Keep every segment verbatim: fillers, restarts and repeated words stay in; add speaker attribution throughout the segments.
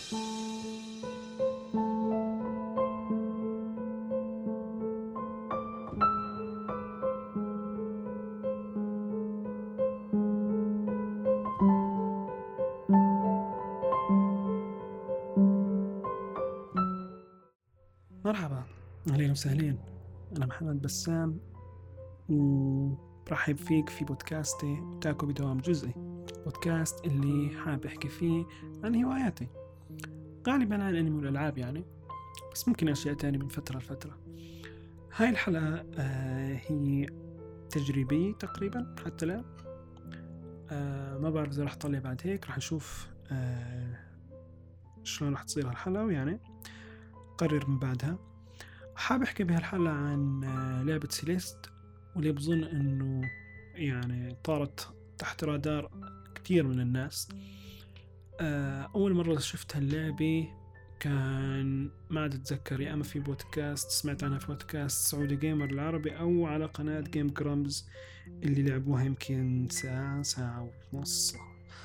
Speaker 1: مرحبا، أهلين وسهلين. أنا محمد بسام وبرحب فيك في بودكاستي تاكو بدوام جزئي، بودكاست اللي حاب أحكي فيه عن هواياتي، غالبا عن الأنمي والألعاب يعني، بس ممكن أشياء تاني من فترة لفترة. هاي الحلقة آه هي تجريبية تقريبا حتى لا آه ما بعرف إذا رح طلع بعد هيك، رح نشوف آه شلون رح تصير هالحلقة، ويعني قرر من بعدها. حاب أحكي بهالحلقة عن لعبة سيليست، واللي بظن أنه يعني طارت تحت رادار كتير من الناس. أول مرة شفت هاللعبة كان ما عاد أتذكر، يا أما في بودكاست سمعت عنها في بودكاست سعودي جيمر العربي، أو على قناة جيم جرامز اللي لعبوها يمكن ساعة ساعة ونص.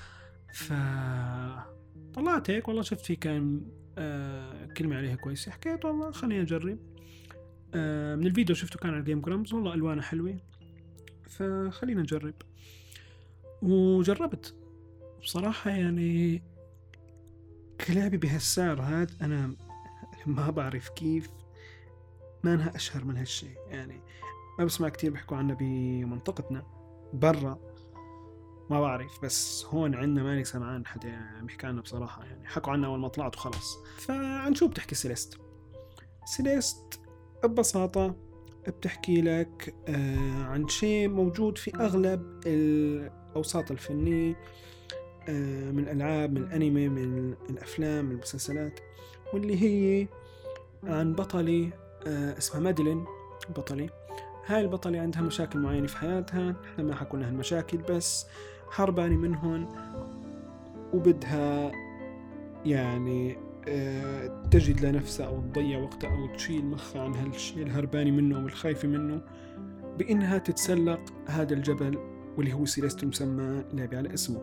Speaker 1: فطلعت هيك والله شفت في كان آه كلمة عليها كويسة، حكيت والله خليني أجرب. آه من الفيديو شفته كان على جيم جرامز، والله ألوانه حلوة فخلينا نجرب. وجربت بصراحة، يعني كلعبة بهالسعر هاد أنا ما بعرف كيف ما أنها أشهر من هالشي. يعني ما بسمع كتير بيحكوا عنها بمنطقتنا، برا ما بعرف، بس هون عندنا ماني سمعان حدا بيحكي عنها بصراحة. يعني حكوا عنها أول ما طلعت وخلص. فعن شو بتحكي سيليست؟ سيليست ببساطة بتحكي لك آه عن شيء موجود في أغلب الأوساط الفنية، آه من الألعاب، من الأنمي، من الأفلام، من المسلسلات، واللي هي عن بطلة آه اسمها مادلين. بطلة هاي البطلة عندها مشاكل معينة في حياتها، احنا ما حكوا لها المشاكل، بس هربانة منهن وبدها يعني أه تجد لنفسها أو تضيع وقتها أو تشيل مخها عن هالشيء الهرباني منه أو الخايفة منه، بإنها تتسلق هذا الجبل واللي هو سيليست، مسمى لعبة على اسمه.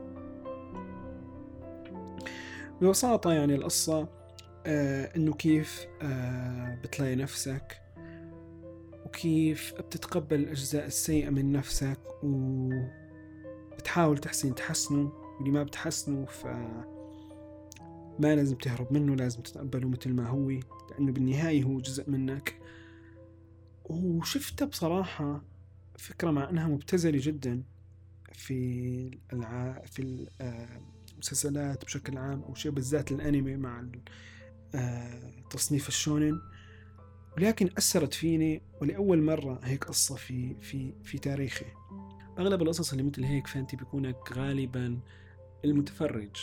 Speaker 1: ببساطة يعني القصة أه إنه كيف أه بتلاقي نفسك، وكيف بتتقبل الأجزاء السيئة من نفسك وبتحاول تحسن تحسنه، واللي ما بتحسنه ف ما لازم تهرب منه، لازم تتقبله مثل ما هو، لأنه بالنهاية هو جزء منك. وشفتها بصراحة فكرة مع أنها مبتذلة جدا في الع... في المسلسلات بشكل عام، أو شيء بالذات الأنمي مع تصنيف الشونين، ولكن أثرت فيني ولأول مرة هيك قصة في في في تاريخي. أغلب القصص اللي مثل هيك فانتي بيكونك غالبا المتفرج،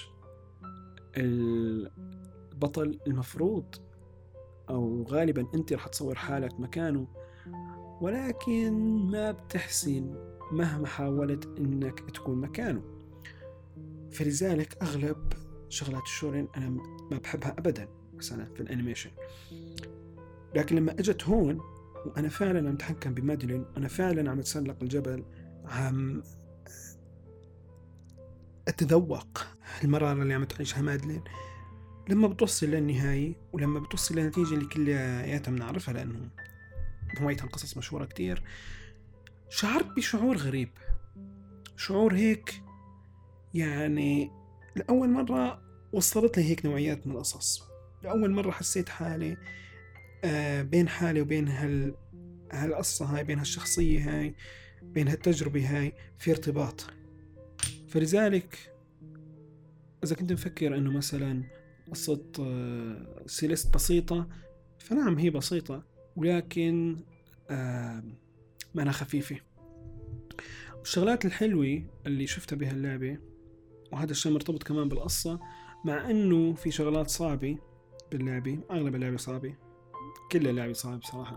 Speaker 1: البطل المفروض، أو غالبا أنت رح تصور حالك مكانه، ولكن ما بتحسن مهما حاولت أنك تكون مكانه. فلذلك أغلب شغلات الشورين أنا ما بحبها أبدا مثلا في الأنيميشن. لكن لما أجت هون وأنا فعلا عم أتحكم بمادلين، أنا فعلا عم أتسلق الجبل، عم أتذوق المرارة اللي عم تعيشها مادلين لما بتوصل للنهاية، ولما بتوصل لنتيجة اللي كلياتها بنعرفها لأنه هوايتها القصص مشهورة كتير، شعرت بشعور غريب، شعور هيك يعني لأول مرة وصلت لي هيك نوعيات من القصص. لأول مرة حسيت حالي آه بين حالي وبين هال هالقصة هاي، بين هالشخصية هاي، بين هالتجربة هاي في ارتباط. فلذلك إذا كنت مفكر أنه مثلا قصة آه سيليست بسيطة، فنعم هي بسيطة، ولكن آه ما أنا خفيفة. والشغلات الحلوة اللي شفتها بهاللعبة، وهذا الشيء مرتبط كمان بالقصة، مع أنه في شغلات صعبة باللعبة، أغلب اللعبة صعبة، كل اللعبة صعبة بصراحة،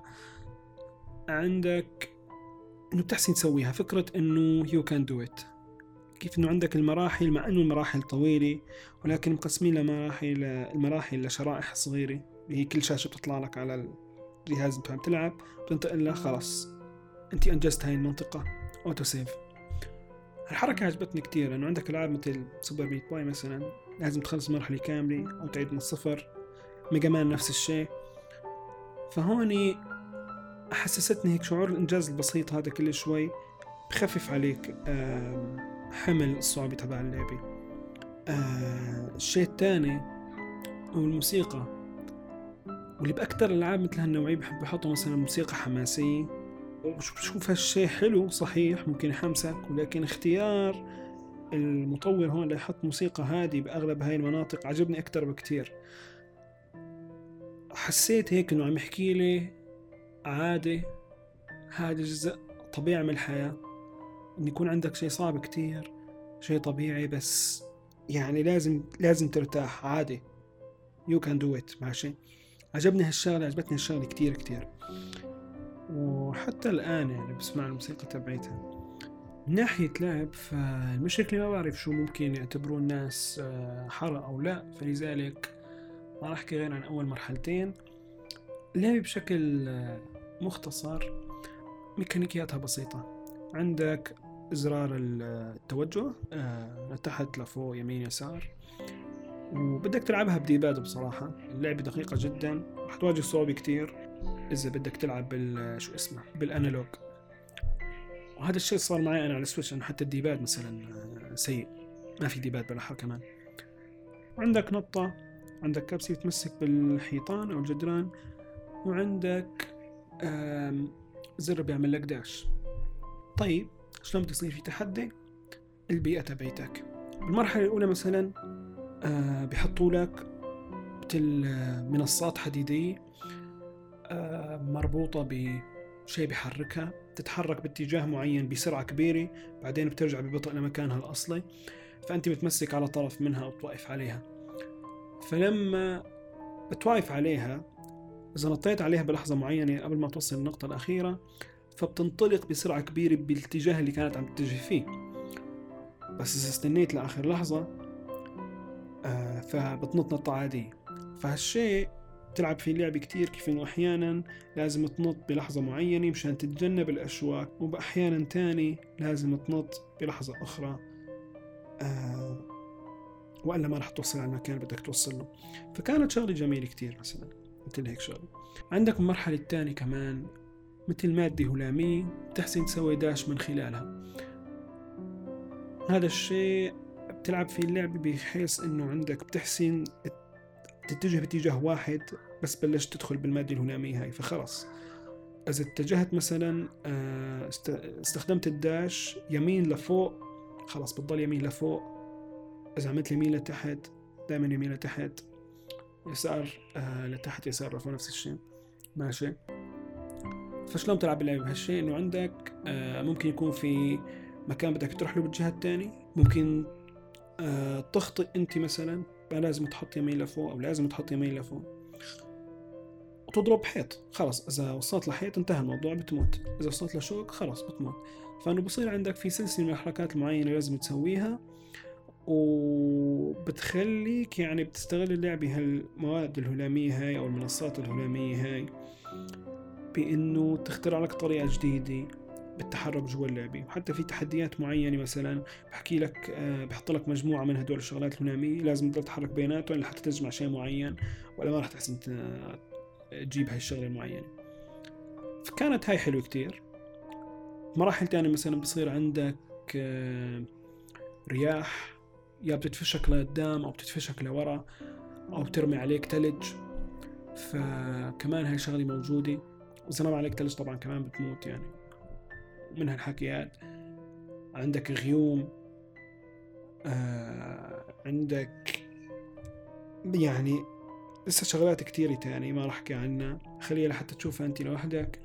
Speaker 1: عندك أنه بتحسن تسويها. فكرة أنه you can do it، كيف أنه عندك المراحل، مع أنه المراحل طويلة ولكن مقسمين لمراحل المراحل لشرائح صغيرة، هي كل شاشة بتطلع لك على الجهاز أنت عم تلعب، بتنتقل لها خلاص أنت أنجزت هاي المنطقة أوتو سيف. الحركة عجبتني كتير، لأنه عندك ألعاب مثل سوبر ميت بوي مثلا لازم تخلص مرحلة كاملة أو تعيد من الصفر. ميجا مان نفس الشيء. فهوني حسستني هيك شعور الإنجاز البسيط هذا كل شوي بخفف عليك حمل الصعوبة تبع اللعبة. الشيء الثاني هو الموسيقى، واللي بأكتر الألعاب مثل هالنوعية بحب يحطوا مثلا موسيقى حماسية، وبشوف هالشيء حلو صحيح ممكن يحمسك، ولكن اختيار المطور هون اللي يحط موسيقى هادي بأغلب هاي المناطق عجبني أكتر بكتير. حسيت هيك إنه عم يحكي لي عادي، هذا جزء طبيعي من الحياة، إن يكون عندك شيء صعب كتير، شيء طبيعي، بس يعني لازم لازم ترتاح عادي. you can do it. ماشي. عجبني هالشغلة، عجبتني هالشغلة كتير كتير، وحتى الآن يعني بسمع الموسيقى تبعيتها. من ناحية لعب، فالمشكلة ما بعرف شو ممكن يعتبرون الناس حرق أو لا، فلذلك ما راح أحكي غير عن أول مرحلتين. اللعبة بشكل مختصر ميكانيكياتها بسيطة. عندك زرار التوجه لتحت لفوق يمين يسار، وبدك تلعبها بديباد. بصراحة اللعبة دقيقة جدا، رح تواجه صعوبة كتير إذا بدك تلعب بال شو اسمه بالأنالوج، وهذا الشيء صار معي أنا على السويتش، أنه حتى الديباد مثلا سيء، ما في ديباد بالأحرى كمان. عندك نطة، عندك كبسة تمسك بالحيطان أو الجدران، وعندك زر بيعمل لك داش. طيب شلون بده يصير في تحدي؟ البيئة تبعيتك بالمرحلة الأولى مثلا آه بيحطوا لك مثل منصات حديدية آه مربوطة بشيء بيحركها، تتحرك باتجاه معين بسرعة كبيرة، بعدين بترجع ببطء لمكانها الأصلي، فأنت متمسك على طرف منها أو توقف عليها. فلما بتوقف عليها، إذا نطيت عليها بلحظة معينة قبل ما توصل النقطة الأخيرة، فبتنطلق بسرعة كبيرة بالاتجاه اللي كانت عم تتجه فيه. بس إذا استنيت لآخر لحظة آه فبتنط نطة عادية. فهالشيء تلعب في اللعبة كتير، كيف إنه أحيانا لازم تنط بلحظة معينة مشان تتجنب الأشواك، وبأحيانا تاني لازم تنط بلحظة أخرى آه وإلا ما رح توصل على المكان بدك توصل له. فكانت شغلة جميلة كتير مثلا مثل هيك شغلة. عندك المرحلة الثانية كمان مثل مادة هلامية بتحسن تسوي داش من خلالها. هذا الشيء بتلعب في اللعبة بحيث إنه عندك بتحسن تتجه باتجاه واحد، بس بلشت تدخل بالمادة الهلامية هاي، فخلص إذا اتجهت مثلا استخدمت الداش يمين لفوق، خلاص بتضل يمين لفوق. إذا عملت يمين لتحت دائما يمين لتحت، يسار آه لتحت يسار لفوق، نفس الشيء. ماشي. فشلون تلعب اللعبة بهالشيء؟ إنه عندك آه ممكن يكون في مكان بدك تروح له بالجهة الثانية، ممكن آه تخطئ أنت مثلا، لازم تحط يمين لفوق أو لازم تحط يمين لفوق وتضرب حيط. خلاص إذا وصلت لحيط انتهى الموضوع، بتموت. إذا وصلت لشوك خلاص بتموت. فإنه بصير عندك في سلسلة من الحركات المعينة لازم تسويها، وبتخليك يعني بتستغل اللعبة هالمواد الهلامية هاي أو المنصات الهلامية هاي بإنه تخترع لك طريقة جديدة بالتحرك جوا اللعبة. وحتى في تحديات معينة مثلا بحكي لك آه بحط لك مجموعة من هدول الشغلات الهلامية لازم تضل تحرك بيناتهم لحتى تجمع شيء معين، ولا ما رح تحسن تجيب هاي الشغلة المعينة. فكانت هاي حلوة كتير. مراحل تانية مثلا بصير عندك آه رياح، يا بتتفشك لقدام أو بتتفشك لورا أو بترمي عليك تلج، فكمان هاي شغلة موجودة. وإذا ما عليك تلج طبعا كمان بتموت يعني من هالحكيات. عندك غيوم آه عندك يعني لسه شغلات كتيرة تاني ما راح أحكي عنها، خليها لحتى تشوفها أنت لوحدك.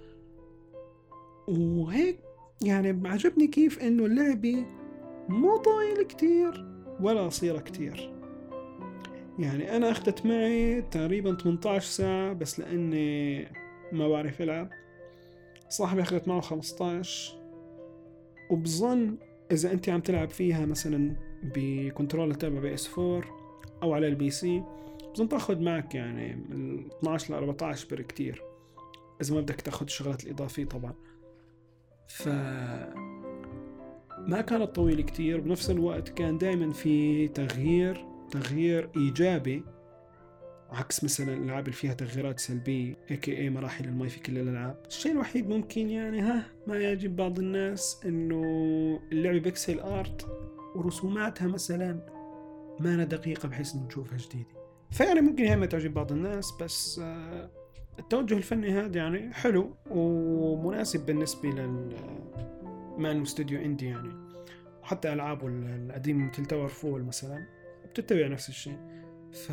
Speaker 1: وهيك يعني عجبني كيف إنه اللعبة مو طويلة كتير ولا قصيرة كتير. يعني أنا أخذت معي تقريبا ثمانية عشر ساعة، بس لأني ما بعرف ألعب. صاحبي أخذت معه خمسة عشر. وبظن إذا أنت عم تلعب فيها مثلا بكنترول تابع بي اس فور أو على البي سي، بظن تأخذ معك يعني من اثنا عشر ل أربعة عشر بركتير، إذا ما بدك تأخذ الشغلات الإضافية طبعا. ف ما كانت طويل كتير، بنفس الوقت كان دائما في تغيير تغيير إيجابي، عكس مثلا الألعاب اللي فيها تغييرات سلبية إيه كي إيه مراحل المي في كل الألعاب. الشيء الوحيد ممكن يعني ها ما يعجب بعض الناس إنه اللعبة بيكسل آرت ورسوماتها مثلا ما أنا دقيقة بحيث إنه نشوفها جديدة، فيعني ممكن هي ما تعجب بعض الناس، بس آه التوجه الفني هذا يعني حلو ومناسب بالنسبة لل مان استوديو اندي يعني. وحتى ألعابه القديمة مثل تاور فول مثلا بتتبع نفس الشيء. ف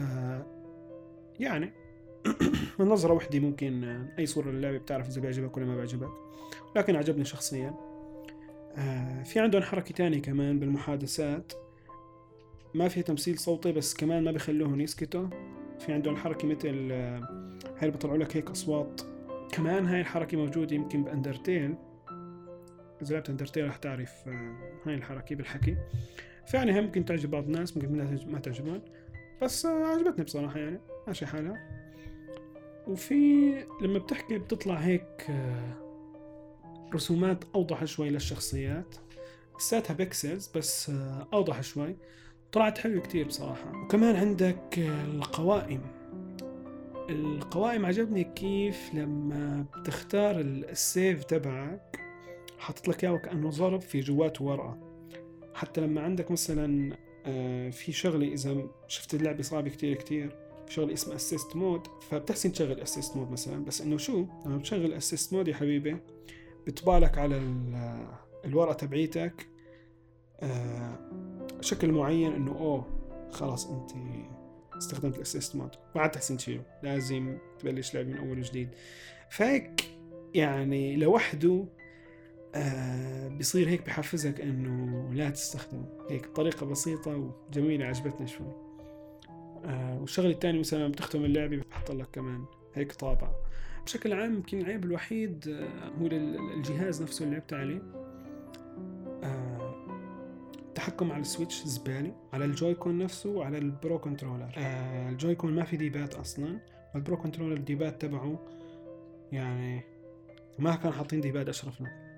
Speaker 1: يعني من نظرة وحدة ممكن أي صورة للعبة بتعرف إذا بيعجبك ولا ما بيعجبك، لكن عجبني شخصيا. آه في عندهم حركة تانية كمان بالمحادثات، ما في تمثيل صوتي بس كمان ما بيخلوهم يسكتوا. في عندهم حركة مثل آه هاي اللي بيطلعوا لك هيك أصوات، كمان هاي الحركة موجودة يمكن بأندرتيل، إذا لعبت أندرتيل رح تعرف آه هاي الحركة بالحكي. فيعني هاي ممكن تعجب بعض الناس ممكن ما تعجبون، بس آه عجبتني بصراحة يعني ماشي حالها. وفي لما بتحكي بتطلع هيك رسومات أوضح شوي للشخصيات، لساتها بيكسلز بس أوضح شوي، طلعت حلوة كتير بصراحة. وكمان عندك القوائم القوائم عجبني كيف لما بتختار السيف تبعك حطت لك اياه كأنه ظرف في جواته ورقة. حتى لما عندك مثلا في شغلة إذا شفت اللعبة صعبة كتير كتير شغل اسمه اسيست مود، فبتحسن تشغل اسيست مود مثلا، بس انه شو لما بتشغل اسيست مود يا حبيبي بتبالك على الورقة تبعيتك آه شكل معين انه اوه خلاص انت استخدمت الاسيست مود، ما عاد تحسن تشيله، لازم تبلش لعب من اول وجديد. فهيك يعني لوحده آه بيصير هيك بحفزك انه لا تستخدمه، هيك طريقة بسيطة وجميلة عجبتنا شوي. آه والشغل الثاني مثلا بتختم اللعبة بتحط لك كمان هيك طابع. بشكل عام يمكن العيب الوحيد آه هو الجهاز نفسه اللي لعبت عليه، آه التحكم على السويتش زبالي، على الجويكون نفسه وعلى البرو كنترولر. آه الجويكون ما في ديبات اصلا، والبرو كنترولر الديبات تبعه يعني ما كان حاطين ديبات اشرف منه،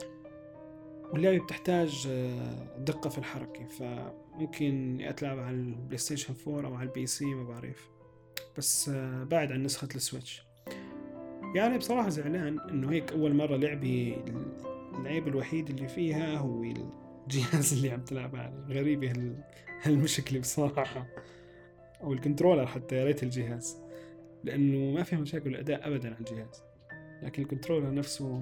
Speaker 1: واللعبة بتحتاج دقة في الحركة، فممكن أتلعب على البلاي ستيشن فور أو على البي سي ما بعرف، بس بعد عن نسخة السويتش. يعني بصراحة زعلان إنه هيك أول مرة لعبي العيب الوحيد اللي فيها هو الجهاز اللي عم تلعب عليه. غريبة هالمشكلة بصراحة، أو الكنترولر حتى يا ريت الجهاز، لأنه ما فيها مشاكل الأداء أبدا على الجهاز، لكن الكنترولر نفسه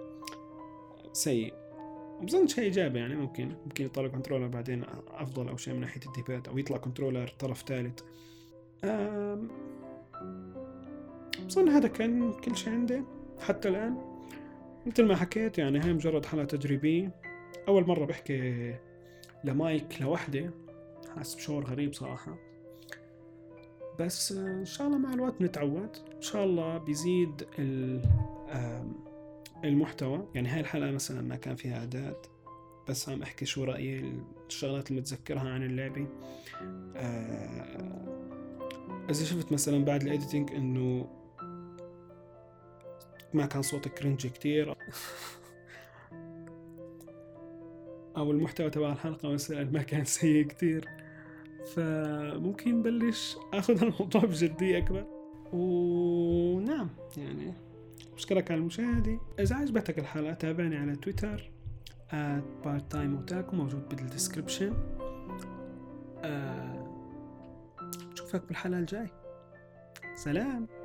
Speaker 1: سيء. بظن شيء إيجابي يعني ممكن ممكن يطلع كنترولر بعدين أفضل أو شيء من ناحية الديباد، أو يطلع كنترولر طرف ثالث. بظن هذا كان كل شيء عندي حتى الآن. مثل ما حكيت يعني هاي مجرد حالة تجريبية، أول مرة بحكي لمايك لوحدي، حاسس بشعور غريب صراحة، بس إن شاء الله مع الوقت نتعود، إن شاء الله بيزيد المحتوى. يعني هاي الحلقة مثلا ما كان فيها إعداد، بس عم أحكي شو رأيي الشغلات اللي متذكرها عن اللعبة. آه إذا شفت مثلا بعد الإيديتينج إنه ما كان صوت كرنج كتير أو المحتوى تبع الحلقة مثلا ما كان سيء كتير، فممكن بلش أخذ الموضوع بجدية أكبر. ونعم يعني أشكرك على المشاهدة. إذا عجبتك الحلقة تابعني على تويتر at part-time otaku، موجود بالديسكريبشن. أه... شوفك بالحلقة الجاي، سلام.